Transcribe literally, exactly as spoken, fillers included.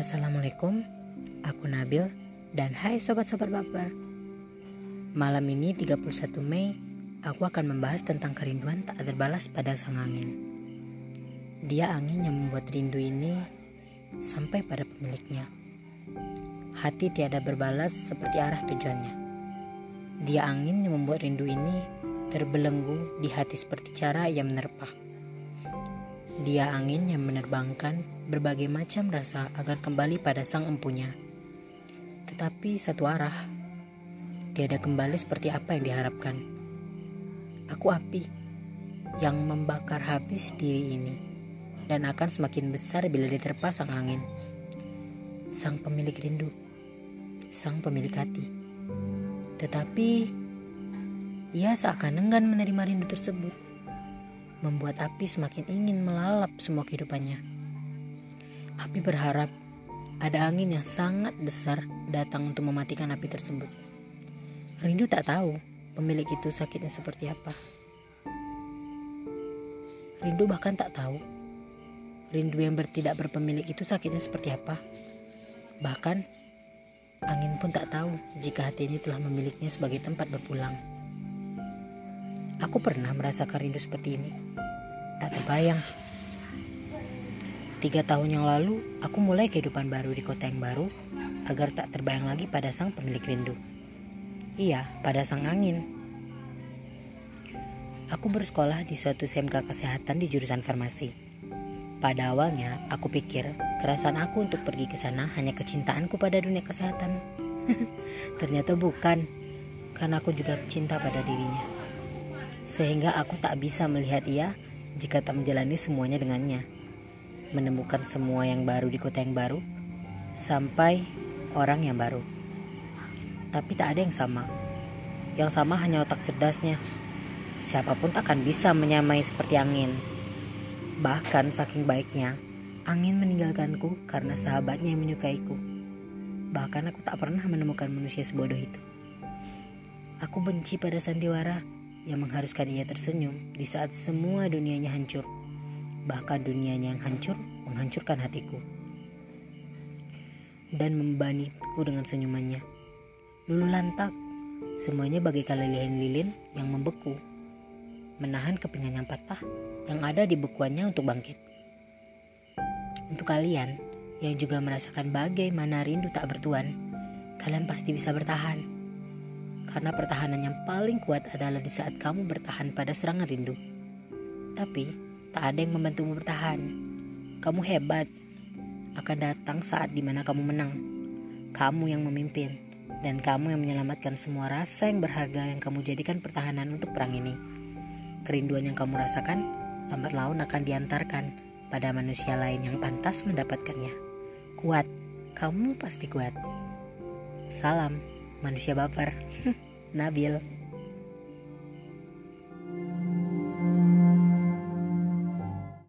Assalamualaikum, aku Nabil dan hai sobat-sobat baper. Malam ini tiga puluh satu Mei, aku akan membahas tentang kerinduan tak terbalas pada sang angin. Dia angin yang membuat rindu ini sampai pada pemiliknya. Hati tiada berbalas seperti arah tujuannya. Dia angin yang membuat rindu ini terbelenggu di hati seperti cara ia menerpa. Dia angin yang menerbangkan berbagai macam rasa agar kembali pada sang empunya. Tetapi satu arah, tiada kembali seperti apa yang diharapkan. Aku api yang membakar habis diri ini dan akan semakin besar bila diterpa sang angin. Sang pemilik rindu, sang pemilik hati. Tetapi ia seakan enggan menerima rindu tersebut, membuat api semakin ingin melalap semua kehidupannya. Api berharap ada angin yang sangat besar datang untuk mematikan api tersebut. Rindu tak tahu pemilik itu sakitnya seperti apa. Rindu bahkan tak tahu rindu yang bertidak berpemilik itu sakitnya seperti apa. Bahkan angin pun tak tahu jika hati ini telah memilikinya sebagai tempat berpulang. Aku pernah merasakan rindu seperti ini. Tak terbayang. Tiga tahun yang lalu, aku mulai kehidupan baru di kota yang baru agar tak terbayang lagi pada sang pemilik rindu. Iya, pada sang angin. Aku bersekolah di suatu S M K kesehatan di jurusan farmasi. Pada awalnya, aku pikir kerasan aku untuk pergi ke sana hanya kecintaanku pada dunia kesehatan. Ternyata bukan, karena aku juga cinta pada dirinya. Sehingga aku tak bisa melihat ia jika tak menjalani semuanya dengannya. Menemukan semua yang baru di kota yang baru, sampai orang yang baru. Tapi tak ada yang sama. Yang sama hanya otak cerdasnya. Siapapun tak akan bisa menyamai seperti angin. Bahkan saking baiknya, angin meninggalkanku karena sahabatnya yang menyukaiku. Bahkan aku tak pernah menemukan manusia sebodoh itu. Aku benci pada sandiwara yang mengharuskan ia tersenyum di saat semua dunianya hancur. Bahkan dunianya yang hancur menghancurkan hatiku dan membaniku dengan senyumannya. Lulu lantak, semuanya bagaikan lilin-lilin yang membeku, menahan kepingan yang patah yang ada di bekuannya untuk bangkit. Untuk kalian yang juga merasakan bagaimana rindu tak bertuan, kalian pasti bisa bertahan. Karena pertahanan yang paling kuat adalah di saat kamu bertahan pada serangan rindu. Tapi tak ada yang membantumu bertahan. Kamu hebat. Akan datang saat dimana kamu menang. Kamu yang memimpin. Dan kamu yang menyelamatkan semua rasa yang berharga yang kamu jadikan pertahanan untuk perang ini. Kerinduan yang kamu rasakan, lambat laun akan diantarkan pada manusia lain yang pantas mendapatkannya. Kuat. Kamu pasti kuat. Salam, manusia baper. Nabil.